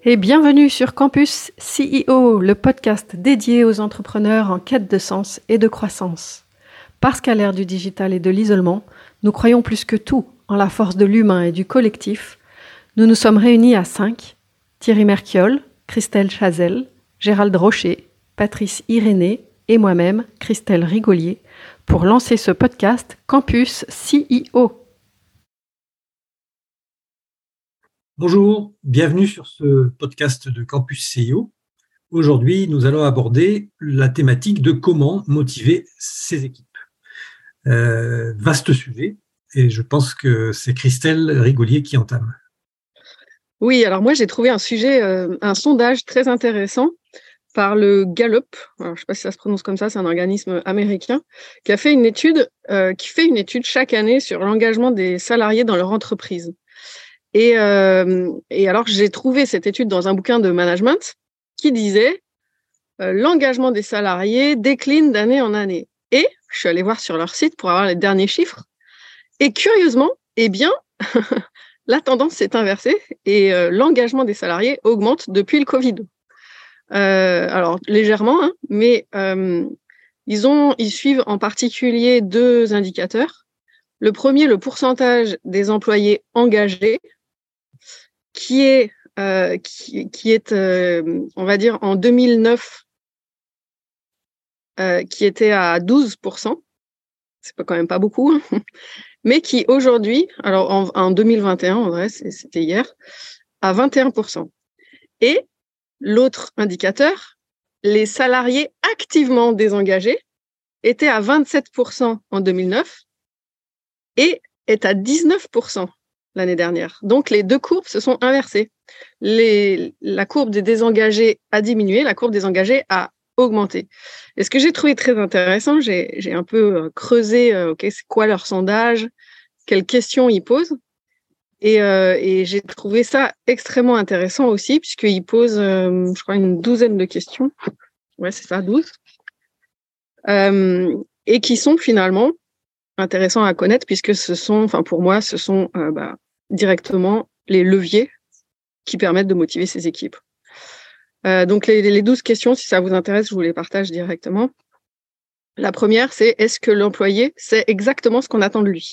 Et bienvenue sur Campus CEO, le podcast dédié aux entrepreneurs en quête de sens et de croissance. Parce qu'à l'ère du digital et de l'isolement, nous croyons plus que tout en la force de l'humain et du collectif. Nous nous sommes réunis à 5, Thierry Merchiol, Christelle Chazelle, Gérald Rocher, Patrice Irénée et moi-même, Christelle Rigolier, pour lancer ce podcast Campus CEO. Bonjour, bienvenue sur ce podcast de Campus CEO. Aujourd'hui, nous allons aborder la thématique de comment motiver ses équipes. Vaste sujet, et je pense que c'est Christelle Rigolier qui entame. Oui, alors moi j'ai trouvé un sondage très intéressant par le Gallup. Alors, je ne sais pas si ça se prononce comme ça, c'est un organisme américain qui a fait une étude, chaque année sur l'engagement des salariés dans leur entreprise. Et alors, j'ai trouvé cette étude dans un bouquin de management qui disait l'engagement des salariés décline d'année en année. Et je suis allée voir sur leur site pour avoir les derniers chiffres. Et curieusement, la tendance s'est inversée et l'engagement des salariés augmente depuis le Covid. Alors, légèrement, mais ils suivent en particulier deux indicateurs. Le premier, le pourcentage des employés engagés, qui est, on va dire, en 2009, qui était à 12%. C'est quand même pas beaucoup, mais qui aujourd'hui, alors en 2021, en vrai, c'était hier, à 21%. Et l'autre indicateur, les salariés activement désengagés, étaient à 27% en 2009 et est à 19% l'année dernière. Donc, les deux courbes se sont inversées. La courbe des désengagés a diminué, la courbe des engagés a augmenté. Et ce que j'ai trouvé très intéressant, j'ai un peu creusé, c'est quoi leur sondage, quelles questions ils posent. Et j'ai trouvé ça extrêmement intéressant aussi, puisqu'ils posent, je crois, une douzaine de questions. Ouais, c'est ça, 12. Et qui sont finalement intéressants à connaître, puisque pour moi, ce sont directement les leviers qui permettent de motiver ces équipes. Donc, les 12 questions, si ça vous intéresse, je vous les partage directement. La première, c'est est-ce que l'employé sait exactement ce qu'on attend de lui ?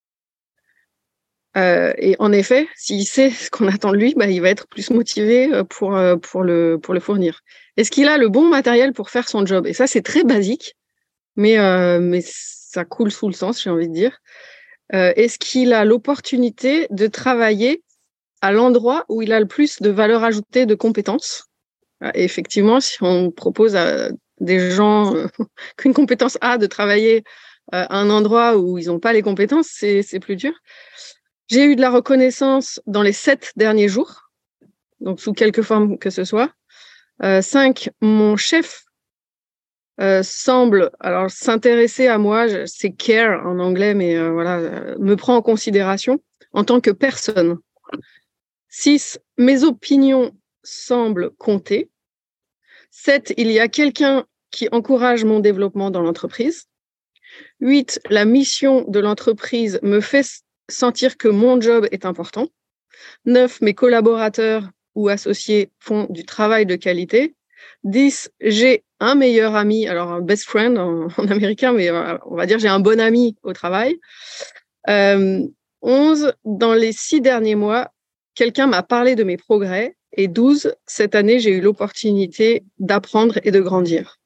Et en effet, s'il sait ce qu'on attend de lui, il va être plus motivé pour le fournir. Est-ce qu'il a le bon matériel pour faire son job ? Et ça, c'est très basique, mais ça coule sous le sens, j'ai envie de dire. Est-ce qu'il a l'opportunité de travailler à l'endroit où il a le plus de valeur ajoutée, de compétences ? Et effectivement, si on propose à des gens qu'une compétence A de travailler à un endroit où ils n'ont pas les compétences, c'est plus dur. J'ai eu de la reconnaissance dans les 7 derniers jours, donc sous quelque forme que ce soit. 5, mon chef semble s'intéresser à moi, c'est care en anglais, mais me prend en considération en tant que personne. 6, mes opinions semblent compter. 7, il y a quelqu'un qui encourage mon développement dans l'entreprise. 8, la mission de l'entreprise me fait sentir que mon job est important. 9, mes collaborateurs ou associés font du travail de qualité. 10, j'ai un meilleur ami, alors un best friend en américain, mais on va dire j'ai un bon ami au travail. 11, dans les 6 derniers mois, quelqu'un m'a parlé de mes progrès. Et 12, cette année, j'ai eu l'opportunité d'apprendre et de grandir.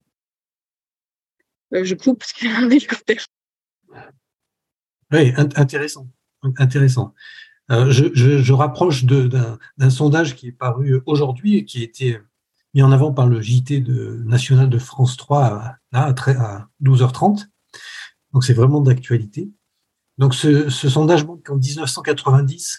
Je coupe parce qu'il y a un hélicoptère. Oui, intéressant. Je rapproche d'un sondage qui est paru aujourd'hui et qui a été mis en avant par le JT national de France 3 à 12h30. Donc, c'est vraiment d'actualité. Donc, ce sondage montre qu'en 1990,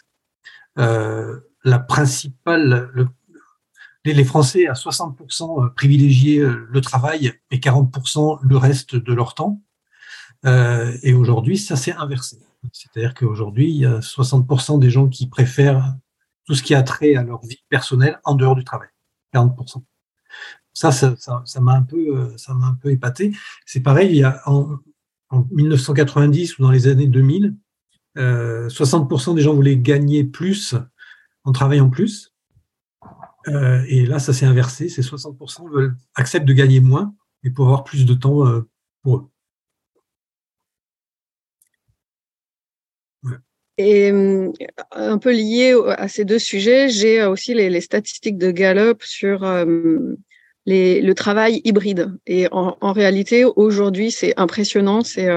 les Français à 60% privilégiaient le travail et 40% le reste de leur temps. Et aujourd'hui, ça s'est inversé. C'est-à-dire qu'aujourd'hui, il y a 60% des gens qui préfèrent tout ce qui a trait à leur vie personnelle en dehors du travail. 40%. Ça m'a un peu épaté. C'est pareil, il y a en 1990 ou dans les années 2000, 60% des gens voulaient gagner plus en travaillant plus. Et là, ça s'est inversé. C'est 60% acceptent de gagner moins, mais pour avoir plus de temps pour eux. Ouais. Et un peu lié à ces deux sujets, j'ai aussi les statistiques de Gallup sur le travail hybride. Et en réalité, aujourd'hui, c'est impressionnant. C'est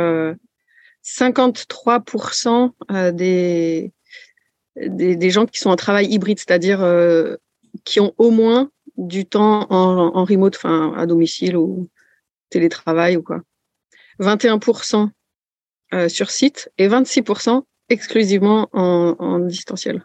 53% des gens qui sont en travail hybride, c'est-à-dire qui ont au moins du temps en remote, enfin à domicile ou télétravail ou quoi. 21% sur site et 26% exclusivement en distanciel.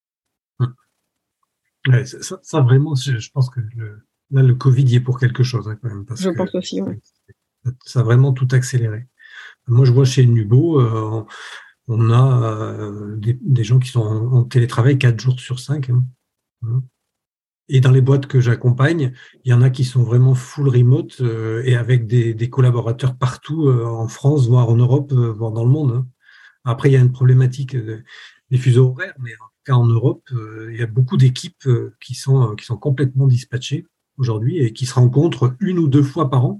Ouais, ça vraiment, je pense que le Covid y est pour quelque chose quand même. Je pense aussi, oui. Ça a vraiment tout accéléré. Moi, je vois chez Nubo, on a des gens qui sont en télétravail 4 jours sur 5. Hein. Et dans les boîtes que j'accompagne, il y en a qui sont vraiment full remote et avec des collaborateurs partout en France, voire en Europe, voire dans le monde. Hein. Après, il y a une problématique des fuseaux horaires, mais en tout cas en Europe, il y a beaucoup d'équipes qui sont complètement dispatchées aujourd'hui et qui se rencontrent 1 ou 2 fois par an,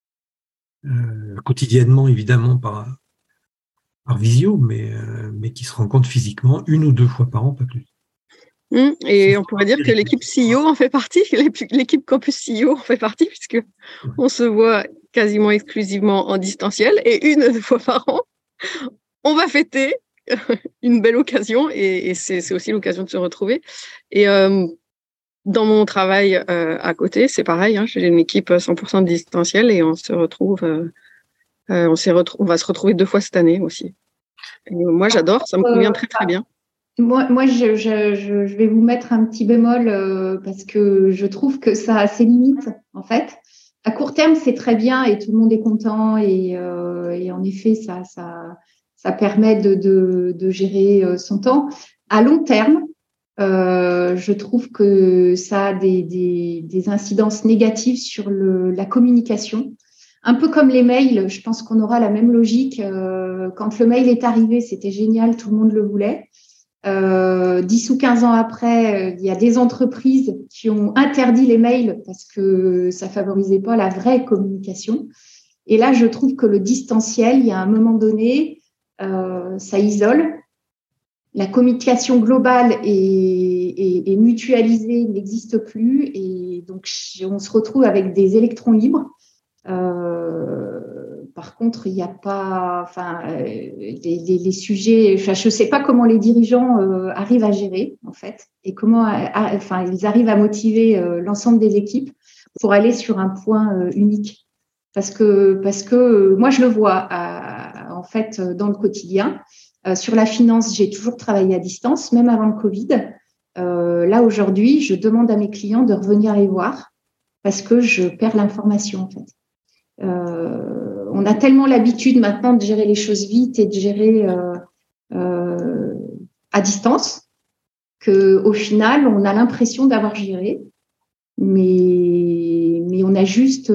quotidiennement évidemment par visio, mais qui se rencontrent physiquement 1 ou 2 fois par an, pas plus. Et on pourrait dire que l'équipe CEO en fait partie, l'équipe Campus CEO en fait partie, puisque on se voit quasiment exclusivement en distanciel et 1 ou 2 fois par an, on va fêter une belle occasion et c'est aussi l'occasion de se retrouver. Et dans mon travail à côté, c'est pareil, hein, j'ai une équipe 100% distancielle et on se retrouve, on va se retrouver 2 fois cette année aussi. Et moi, j'adore, ça me convient très très bien. Moi, je vais vous mettre un petit bémol parce que je trouve que ça a ses limites, en fait. À court terme, c'est très bien et tout le monde est content et en effet, ça permet de gérer son temps. À long terme, je trouve que ça a des incidences négatives sur la communication. Un peu comme les mails, je pense qu'on aura la même logique. Quand le mail est arrivé, c'était génial, tout le monde le voulait. 10 ou 15 ans après, il y a des entreprises qui ont interdit les mails parce que ça favorisait pas la vraie communication. Et là, je trouve que le distanciel, il y a un moment donné, ça isole. La communication globale et mutualisée n'existe plus et donc on se retrouve avec des électrons libres. Par contre, il n'y a pas, les sujets. Je ne sais pas comment les dirigeants arrivent à gérer en fait et comment, ils arrivent à motiver l'ensemble des équipes pour aller sur un point unique. Parce que moi je le vois en fait dans le quotidien. Sur la finance, j'ai toujours travaillé à distance, même avant le Covid. Là aujourd'hui, je demande à mes clients de revenir les voir parce que je perds l'information en fait. On a tellement l'habitude maintenant de gérer les choses vite et de gérer à distance qu'au final, on a l'impression d'avoir géré, mais on a juste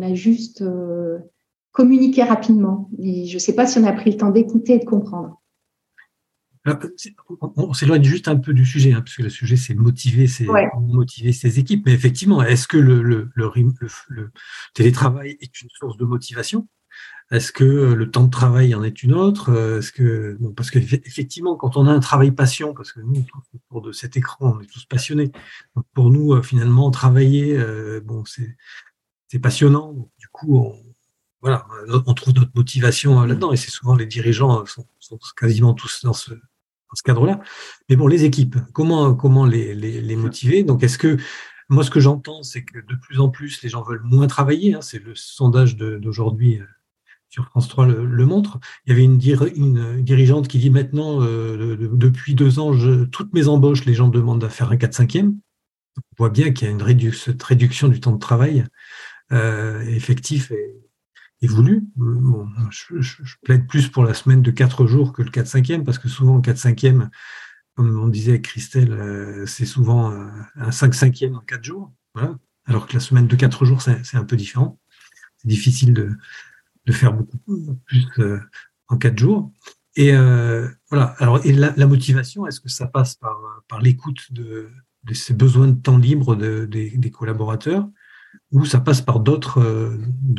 communiqué rapidement. Et je ne sais pas si on a pris le temps d'écouter et de comprendre. Alors, on s'éloigne juste un peu du sujet, parce que le sujet, c'est motiver ses équipes. Mais effectivement, est-ce que le télétravail est une source de motivation ? Est-ce que le temps de travail en est une autre ? Parce qu'effectivement, quand on a un travail passion, parce que nous, autour de cet écran, on est tous passionnés. Donc pour nous, finalement, travailler, c'est passionnant. Donc, du coup, on trouve notre motivation là-dedans. Et c'est souvent les dirigeants sont quasiment tous dans ce cadre-là. Mais bon, les équipes, comment les motiver ? Donc, moi, ce que j'entends, c'est que de plus en plus, les gens veulent moins travailler. Hein, c'est le sondage d'aujourd'hui sur France 3 le montre. Il y avait une dirigeante qui dit maintenant, depuis 2 ans, toutes mes embauches, les gens demandent à faire un 4/5e. On voit bien qu'il y a cette réduction du temps de travail effectif et voulu. Bon, je plaide plus pour la semaine de 4 jours que le 4/5e, parce que souvent, le 4/5e, comme on disait avec Christelle, c'est souvent un 5/5e en 4 jours. Voilà. Alors que la semaine de 4 jours, c'est un peu différent. C'est difficile de faire beaucoup plus en 4 jours. Et voilà. Alors, et la motivation, est-ce que ça passe par l'écoute de ces besoins de temps libre des collaborateurs, ou ça passe par d'autres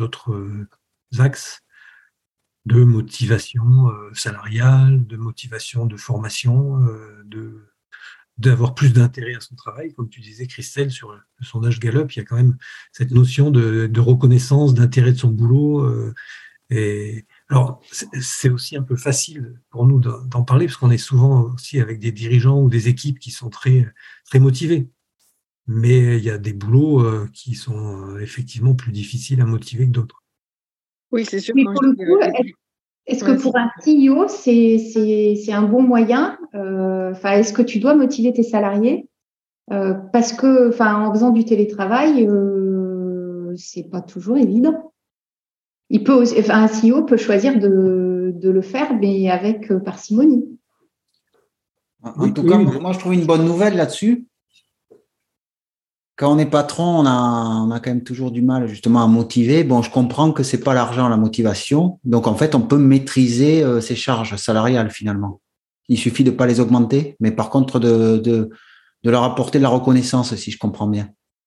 axes de motivation salariale, de motivation de formation, d'avoir plus d'intérêt à son travail. Comme tu disais, Christelle, sur le sondage Gallup, il y a quand même cette notion de reconnaissance, d'intérêt de son boulot. Et alors, c'est aussi un peu facile pour nous d'en parler, parce qu'on est souvent aussi avec des dirigeants ou des équipes qui sont très, très motivés. Mais il y a des boulots qui sont effectivement plus difficiles à motiver que d'autres. Oui, c'est sûr. Mais pour le coup, est-ce que pour un CEO, c'est un bon moyen est-ce que tu dois motiver tes salariés parce que, en faisant du télétravail, c'est pas toujours évident. Un CEO peut choisir de le faire, mais avec parcimonie. En tout cas, moi, je trouve une bonne nouvelle là-dessus. Quand on est patron, on a quand même toujours du mal justement à motiver. Bon, je comprends que c'est pas l'argent, la motivation. Donc, en fait, on peut maîtriser ses charges salariales finalement. Il suffit de pas les augmenter, mais par contre de leur apporter de la reconnaissance, si je comprends bien.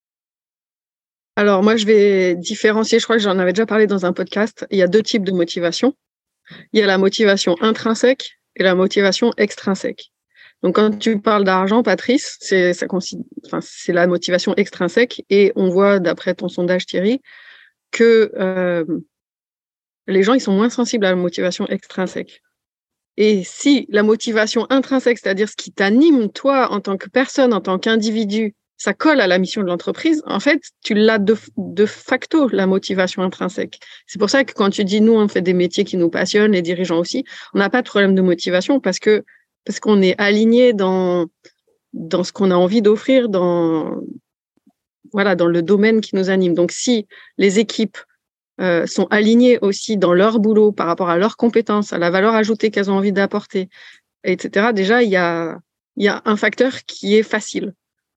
Alors, moi, je vais différencier. Je crois que j'en avais déjà parlé dans un podcast. Il y a 2 types de motivation. Il y a la motivation intrinsèque et la motivation extrinsèque. Donc, quand tu parles d'argent, Patrice, c'est la motivation extrinsèque. Et on voit, d'après ton sondage, Thierry, que les gens, ils sont moins sensibles à la motivation extrinsèque. Et si la motivation intrinsèque, c'est-à-dire ce qui t'anime, toi, en tant que personne, en tant qu'individu, ça colle à la mission de l'entreprise, en fait, tu l'as de facto, la motivation intrinsèque. C'est pour ça que quand tu dis, nous, on fait des métiers qui nous passionnent, les dirigeants aussi, on n'a pas de problème de motivation parce qu'on est aligné dans ce qu'on a envie d'offrir, dans le domaine qui nous anime. Donc, si les équipes sont alignées aussi dans leur boulot par rapport à leurs compétences, à la valeur ajoutée qu'elles ont envie d'apporter, etc., déjà, il y a un facteur qui est facile.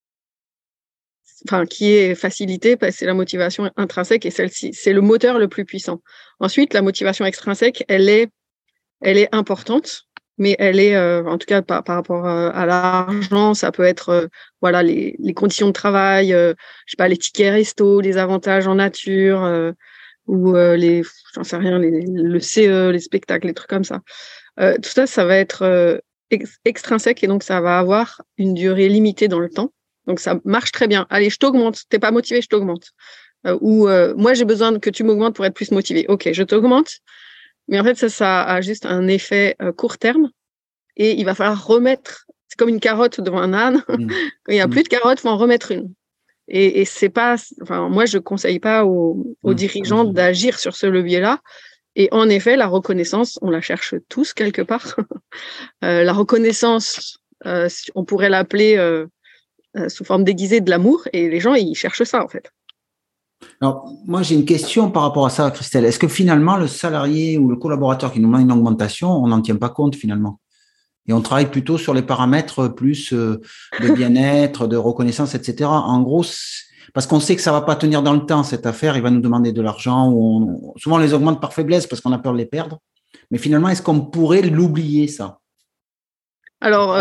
Qui est facilité, c'est la motivation intrinsèque et celle-ci, c'est le moteur le plus puissant. Ensuite, la motivation extrinsèque, elle est importante, mais elle est, en tout cas par rapport à l'argent, ça peut être les conditions de travail, je sais pas, les tickets resto, les avantages en nature, ou j'en sais rien, le CE, les spectacles, les trucs comme ça. Tout ça, ça va être extrinsèque et donc ça va avoir une durée limitée dans le temps. Donc, ça marche très bien. Allez, je t'augmente. T'es pas motivé, je t'augmente. Moi, j'ai besoin que tu m'augmentes pour être plus motivé. OK, je t'augmente. Mais en fait, ça a juste un effet court terme. Et il va falloir remettre. C'est comme une carotte devant un âne. Quand il n'y a plus de carotte, il faut en remettre une. Et c'est pas. Moi, je conseille pas aux dirigeants d'agir sur ce levier-là. Et en effet, la reconnaissance, on la cherche tous quelque part. La reconnaissance, on pourrait l'appeler sous forme déguisée de l'amour, et les gens, ils cherchent ça, en fait. Alors, moi, j'ai une question par rapport à ça, Christelle. Est-ce que finalement, le salarié ou le collaborateur qui nous demande une augmentation, on n'en tient pas compte finalement? Et on travaille plutôt sur les paramètres plus de bien-être, de reconnaissance, etc. En gros, parce qu'on sait que ça va pas tenir dans le temps, cette affaire, il va nous demander de l'argent, souvent on les augmente par faiblesse parce qu'on a peur de les perdre. Mais finalement, est-ce qu'on pourrait l'oublier, ça? Alors,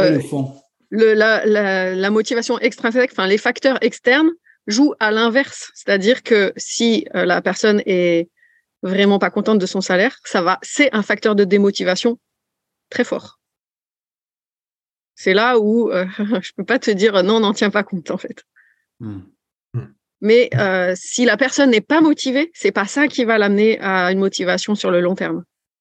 la motivation extrinsèque, les facteurs externes jouent à l'inverse. C'est-à-dire que si la personne est vraiment pas contente de son salaire, c'est un facteur de démotivation très fort. C'est là où je peux pas te dire non, on n'en tient pas compte, en fait. Mais si la personne n'est pas motivée, c'est pas ça qui va l'amener à une motivation sur le long terme.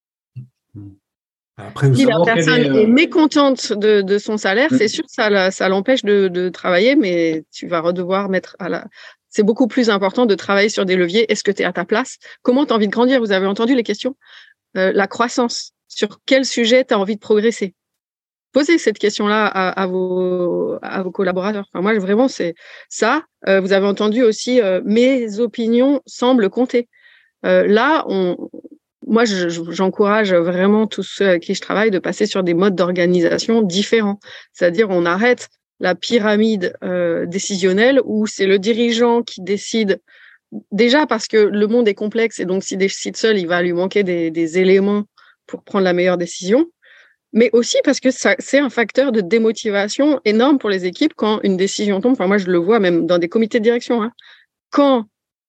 Après, si la personne est mécontente de son salaire, c'est sûr que ça l'empêche de travailler, mais tu vas redevoir mettre c'est beaucoup plus important de travailler sur des leviers. Est-ce que tu es à ta place? Comment tu as envie de grandir? Vous avez entendu les questions? La croissance. Sur quel sujet tu as envie de progresser? Posez cette question-là à vos collaborateurs. Moi, vraiment, c'est ça. Vous avez entendu aussi, mes opinions semblent compter. Moi, j'encourage vraiment tous ceux avec qui je travaille de passer sur des modes d'organisation différents. C'est-à-dire, on arrête la pyramide décisionnelle où c'est le dirigeant qui décide. Déjà parce que le monde est complexe et donc s'il décide seul, il va lui manquer des éléments pour prendre la meilleure décision. Mais aussi parce que c'est un facteur de démotivation énorme pour les équipes quand une décision tombe. Enfin, moi, je le vois même dans des comités de direction. Hein. Quand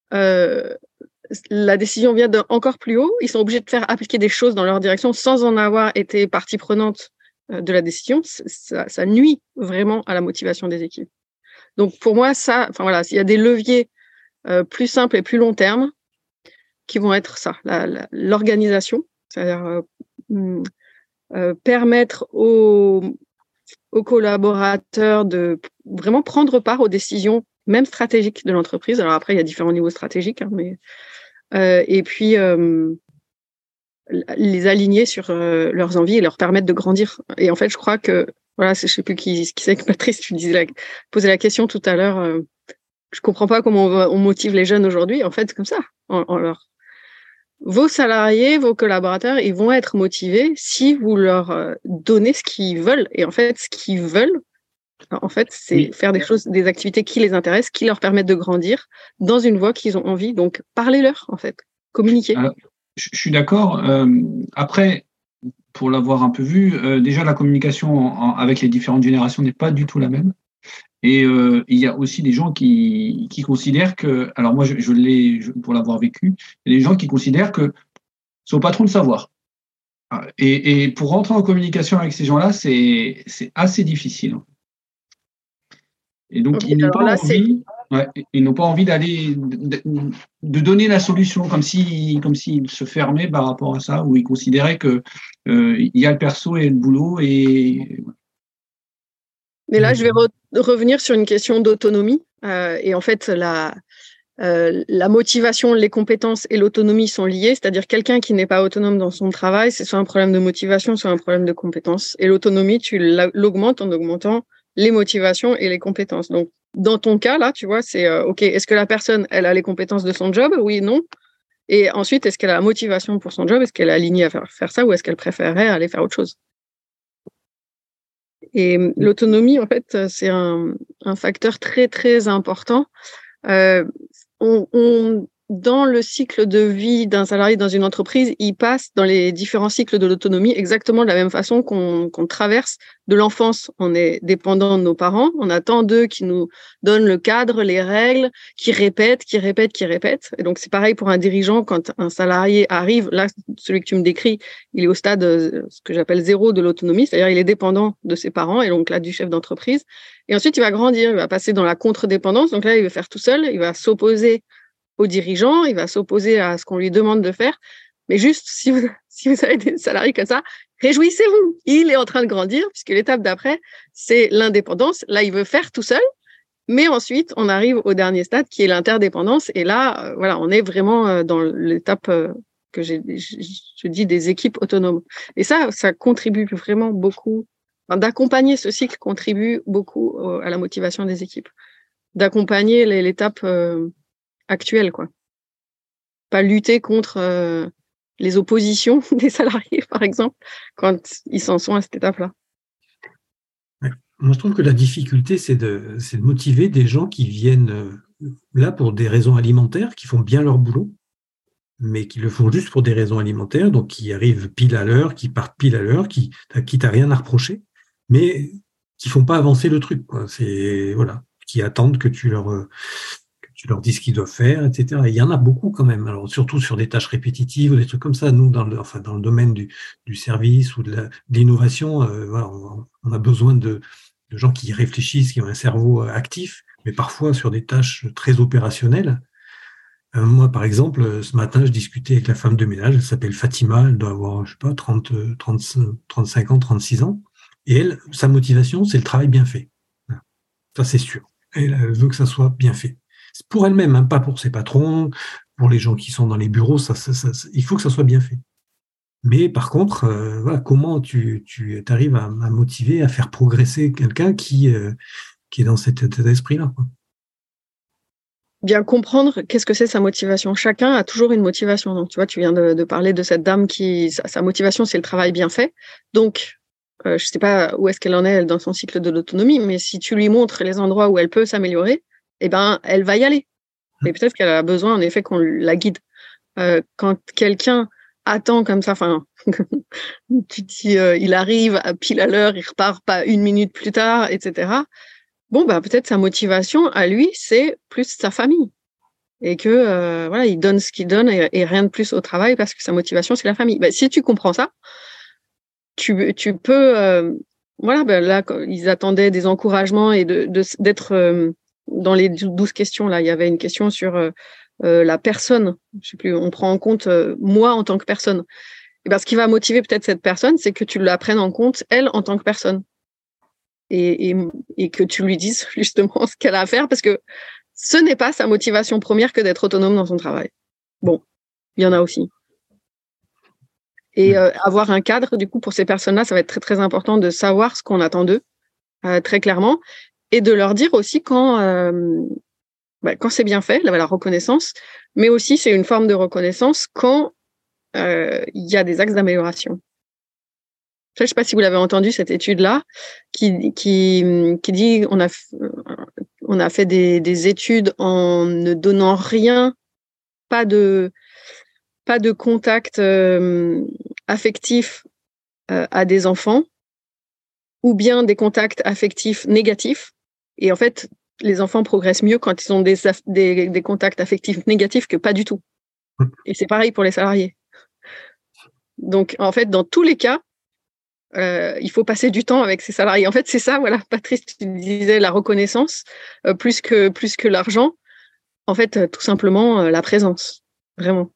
la décision vient encore plus haut, ils sont obligés de faire appliquer des choses dans leur direction sans en avoir été partie prenante de la décision. Ça nuit vraiment à la motivation des équipes. Donc, pour moi, il y a des leviers plus simples et plus long terme qui vont être ça, l'organisation, c'est-à-dire permettre aux collaborateurs de vraiment prendre part aux décisions, même stratégiques de l'entreprise. Alors après, il y a différents niveaux stratégiques, hein, mais et puis les aligner sur leurs envies et leur permettre de grandir. Et en fait, je crois que voilà, je sais plus qui c'est que Patrice, tu posais la question tout à l'heure. Je comprends pas comment on motive les jeunes aujourd'hui. En fait, comme ça, vos salariés, vos collaborateurs, ils vont être motivés si vous leur donnez ce qu'ils veulent. Et en fait, ce qu'ils veulent, c'est faire des choses, des activités qui les intéressent, qui leur permettent de grandir dans une voie qu'ils ont envie. Donc, parlez-leur, en fait. Communiquez. Alors, je suis d'accord. Après, pour l'avoir un peu vu, déjà, la communication avec les différentes générations n'est pas du tout la même. Et il y a aussi des gens qui considèrent que, alors moi pour l'avoir vécu, il y a des gens qui considèrent que c'est au patron de savoir. Et pour rentrer en communication avec ces gens-là, c'est assez difficile. Et donc ils n'ont pas envie d'aller de donner la solution comme s'ils se fermaient par rapport à ça, ou ils considéraient que il y a le perso et le boulot et Mais là, je vais revenir sur une question d'autonomie. Et en fait, la motivation, les compétences et l'autonomie sont liées. C'est-à-dire quelqu'un qui n'est pas autonome dans son travail, c'est soit un problème de motivation, soit un problème de compétences. Et l'autonomie, tu l'augmentes en augmentant les motivations et les compétences. Donc, dans ton cas, là, tu vois, c'est OK, est-ce que la personne, elle a les compétences de son job? Oui, non. Et ensuite, est-ce qu'elle a la motivation pour son job? Est-ce qu'elle est alignée à faire ça ou est-ce qu'elle préférerait aller faire autre chose? Et l'autonomie, en fait, c'est un facteur très, très important. Dans le cycle de vie d'un salarié dans une entreprise, il passe dans les différents cycles de l'autonomie exactement de la même façon qu'on traverse de l'enfance. On est dépendant de nos parents, on attend d'eux qui nous donnent le cadre, les règles, qui répètent. Et donc, c'est pareil pour un dirigeant quand un salarié arrive. Là, celui que tu me décris, il est au stade, ce que j'appelle 0 de l'autonomie, c'est-à-dire il est dépendant de ses parents et donc là, du chef d'entreprise. Et ensuite, il va grandir, il va passer dans la contre-dépendance. Donc là, il va faire tout seul, il va s'opposer aux dirigeants, il va s'opposer à ce qu'on lui demande de faire. Mais juste, si vous avez des salariés comme ça, réjouissez-vous. Il est en train de grandir, puisque l'étape d'après, c'est l'indépendance. Là, il veut faire tout seul. Mais ensuite, on arrive au dernier stade, qui est l'interdépendance. Et là, on est vraiment dans l'étape que je dis des équipes autonomes. Et ça contribue vraiment beaucoup. D'accompagner ce cycle contribue beaucoup à la motivation des équipes. D'accompagner l'étape actuelle, quoi. Pas lutter contre les oppositions des salariés, par exemple, quand ils s'en sont à cette étape-là. Ouais. Moi, je trouve que la difficulté, c'est de motiver des gens qui viennent là pour des raisons alimentaires, qui font bien leur boulot, mais qui le font juste pour des raisons alimentaires, donc qui arrivent pile à l'heure, qui partent pile à l'heure, qui t'as rien à reprocher, mais qui font pas avancer le truc, quoi. C'est, qui attendent que tu leur dis ce qu'ils doivent faire, etc. Et il y en a beaucoup quand même. Alors surtout sur des tâches répétitives ou des trucs comme ça. Nous, dans le domaine du service ou de l'innovation, on a besoin de gens qui réfléchissent, qui ont un cerveau actif, mais parfois sur des tâches très opérationnelles. Moi, par exemple, ce matin, je discutais avec la femme de ménage. Elle s'appelle Fatima. Elle doit avoir, 35 ans, 36 ans. Et elle, sa motivation, c'est le travail bien fait. Ça, c'est sûr. Elle veut que ça soit bien fait. Pour elle-même, hein, pas pour ses patrons, pour les gens qui sont dans les bureaux, il faut que ça soit bien fait. Mais par contre, comment tu arrives à motiver, à faire progresser quelqu'un qui est dans cet état d'esprit-là, quoi. Bien comprendre qu'est-ce que c'est sa motivation. Chacun a toujours une motivation. Donc, tu vois, tu viens de parler de cette dame qui, sa motivation, c'est le travail bien fait. Donc, je sais pas où est-ce qu'elle en est, elle, dans son cycle de l'autonomie, mais si tu lui montres les endroits où elle peut s'améliorer, eh ben, elle va y aller. Et peut-être qu'elle a besoin, en effet, qu'on la guide. Quand quelqu'un attend comme ça, enfin, tu te dis, il arrive à pile à l'heure, il repart pas 1 minute plus tard, etc. Bon, bah, peut-être sa motivation à lui, c'est plus sa famille. Et que, voilà, il donne ce qu'il donne et rien de plus au travail parce que sa motivation, c'est la famille. Bah, si tu comprends ça, tu peux, voilà, bah, là, ils attendaient des encouragements et d'être dans les 12 questions, là, il y avait une question sur la personne. Je sais plus, on prend en compte moi en tant que personne. Et ben, ce qui va motiver peut-être cette personne, c'est que tu la prennes en compte, elle, en tant que personne. Et que tu lui dises justement ce qu'elle a à faire, parce que ce n'est pas sa motivation première que d'être autonome dans son travail. Bon, il y en a aussi. Et avoir un cadre, du coup, pour ces personnes-là, ça va être très, très important de savoir ce qu'on attend d'eux, très clairement, et de leur dire aussi quand c'est bien fait, la reconnaissance, mais aussi c'est une forme de reconnaissance quand il y a des axes d'amélioration. Je ne sais pas si vous l'avez entendu, cette étude-là, qui dit on a fait des études en ne donnant rien, pas de contact affectif à des enfants, ou bien des contacts affectifs négatifs. Et en fait, les enfants progressent mieux quand ils ont des contacts affectifs négatifs que pas du tout. Et c'est pareil pour les salariés. Donc, en fait, dans tous les cas, il faut passer du temps avec ses salariés. En fait, c'est ça, voilà, Patrice, tu disais la reconnaissance, plus que l'argent. En fait, tout simplement, la présence, vraiment.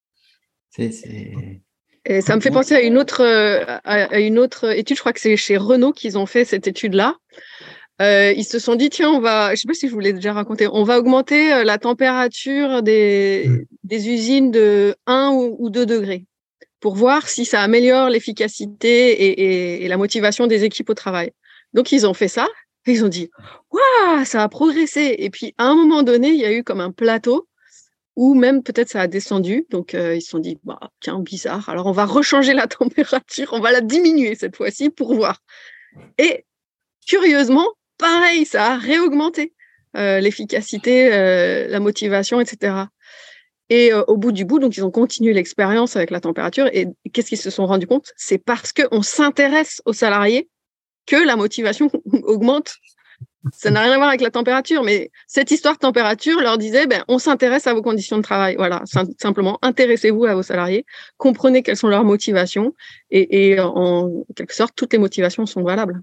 Et ça me fait penser à une autre étude, je crois que c'est chez Renault qu'ils ont fait cette étude-là. Ils se sont dit, tiens, je sais pas si je vous l'ai déjà raconté, on va augmenter la température des usines de 1 ou 2 degrés pour voir si ça améliore l'efficacité et la motivation des équipes au travail. Donc, ils ont fait ça et ils ont dit, waouh, ça a progressé. Et puis, à un moment donné, il y a eu comme un plateau ou même peut-être ça a descendu. Donc, ils se sont dit, bah, tiens, bizarre. Alors, on va rechanger la température, on va la diminuer cette fois-ci pour voir. Et curieusement, pareil, ça a réaugmenté l'efficacité, la motivation, etc. Et au bout du bout, donc, ils ont continué l'expérience avec la température. Et qu'est-ce qu'ils se sont rendus compte? C'est parce qu'on s'intéresse aux salariés que la motivation augmente. Ça n'a rien à voir avec la température, mais cette histoire de température leur disait, on s'intéresse à vos conditions de travail. Voilà, simplement, intéressez-vous à vos salariés, comprenez quelles sont leurs motivations, et en quelque sorte, toutes les motivations sont valables.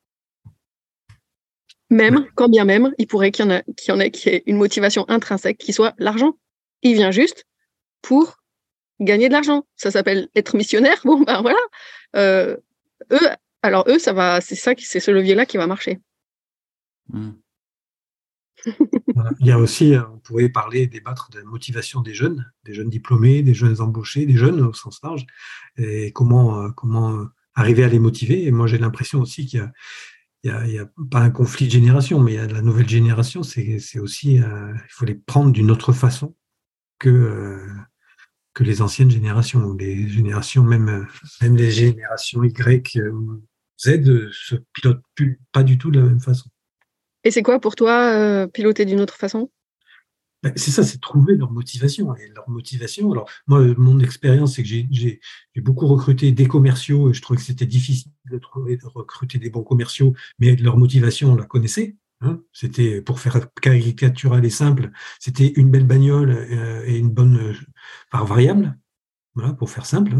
Même, quand bien même, il pourrait qu'il y ait une motivation intrinsèque qui soit l'argent. Il vient juste pour gagner de l'argent. Ça s'appelle être missionnaire. Bon, voilà. Eux, ça va, c'est ce levier-là qui va marcher. Il y a aussi, on pourrait débattre de la motivation des jeunes diplômés, des jeunes embauchés, des jeunes au sens large, et comment arriver à les motiver. Et moi, j'ai l'impression aussi qu'il y a pas un conflit de génération, mais il y a de la nouvelle génération. C'est aussi, il faut les prendre d'une autre façon que les anciennes générations, ou les générations, même les générations Y ou Z se pilotent pas du tout de la même façon. Et c'est quoi pour toi piloter d'une autre façon? C'est ça, c'est trouver leur motivation. Et leur motivation, alors moi, mon expérience, c'est que j'ai beaucoup recruté des commerciaux et je trouvais que c'était difficile de recruter des bons commerciaux, mais leur motivation, on la connaissait. C'était, pour faire caricatural et simple, c'était une belle bagnole et une bonne part variable, voilà, pour faire simple.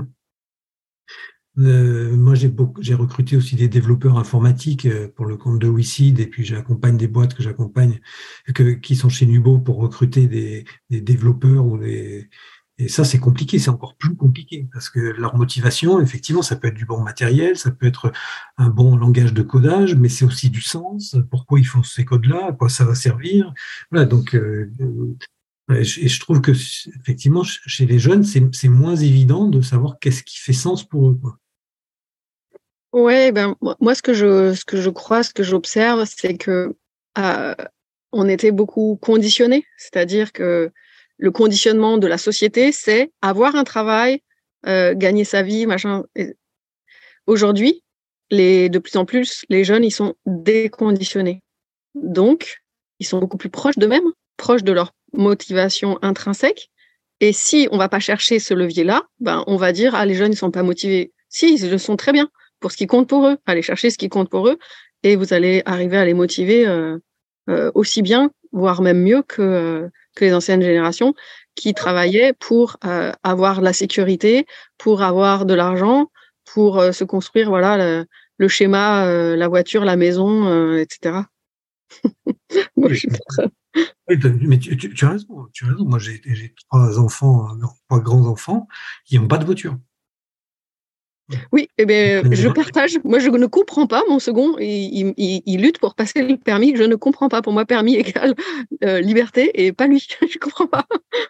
Moi, j'ai recruté aussi des développeurs informatiques pour le compte de WeSeed, et puis j'accompagne des boîtes que j'accompagne qui sont chez Nubo pour recruter des développeurs et ça, c'est compliqué, c'est encore plus compliqué parce que leur motivation, effectivement, ça peut être du bon matériel, ça peut être un bon langage de codage, mais c'est aussi du sens. Pourquoi ils font ces codes-là, à quoi ça va servir. Voilà, donc et je trouve que effectivement, chez les jeunes, c'est moins évident de savoir qu'est-ce qui fait sens pour eux, quoi. Ouais, moi, ce que je crois, ce que j'observe, c'est que on était beaucoup conditionnés. C'est-à-dire que le conditionnement de la société, c'est avoir un travail, gagner sa vie, machin. Et aujourd'hui, de plus en plus, les jeunes, ils sont déconditionnés. Donc, ils sont beaucoup plus proches d'eux-mêmes, proches de leur motivation intrinsèque. Et si on ne va pas chercher ce levier-là, on va dire les jeunes ne sont pas motivés. Si, ils le sont très bien pour ce qui compte pour eux. Allez chercher ce qui compte pour eux et vous allez arriver à les motiver aussi bien, voire même mieux que les anciennes générations qui travaillaient pour avoir la sécurité, pour avoir de l'argent, pour se construire le schéma, la voiture, la maison, etc. Moi, je suis pas très... Oui, mais tu as raison. Moi, j'ai 3 enfants, 3 grands-enfants qui n'ont pas de voiture. Oui, je partage. Moi, je ne comprends pas. Mon second, il lutte pour passer le permis. Je ne comprends pas. Pour moi, permis égale liberté et pas lui. Je ne comprends pas.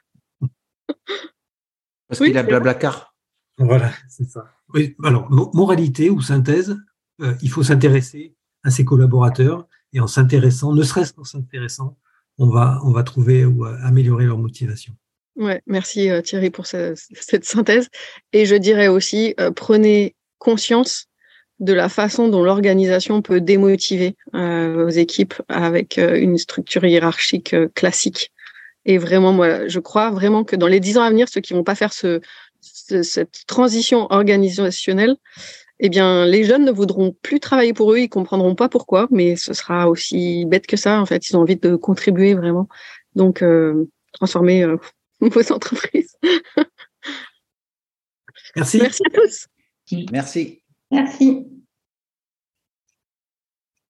Parce qu'il a Blablacar. Voilà, c'est ça. Oui, alors, moralité ou synthèse, il faut s'intéresser à ses collaborateurs et en s'intéressant, ne serait-ce qu'en s'intéressant, on va trouver ou améliorer leur motivation. Ouais, merci Thierry pour cette synthèse. Et je dirais aussi, prenez conscience de la façon dont l'organisation peut démotiver vos équipes avec une structure hiérarchique classique. Et vraiment, moi, je crois vraiment que dans les 10 ans à venir, ceux qui vont pas faire cette transition organisationnelle, eh bien, les jeunes ne voudront plus travailler pour eux, ils comprendront pas pourquoi, mais ce sera aussi bête que ça. En fait, ils ont envie de contribuer vraiment. Donc, transformer vos entreprises. Merci. Merci à tous. Merci. Merci.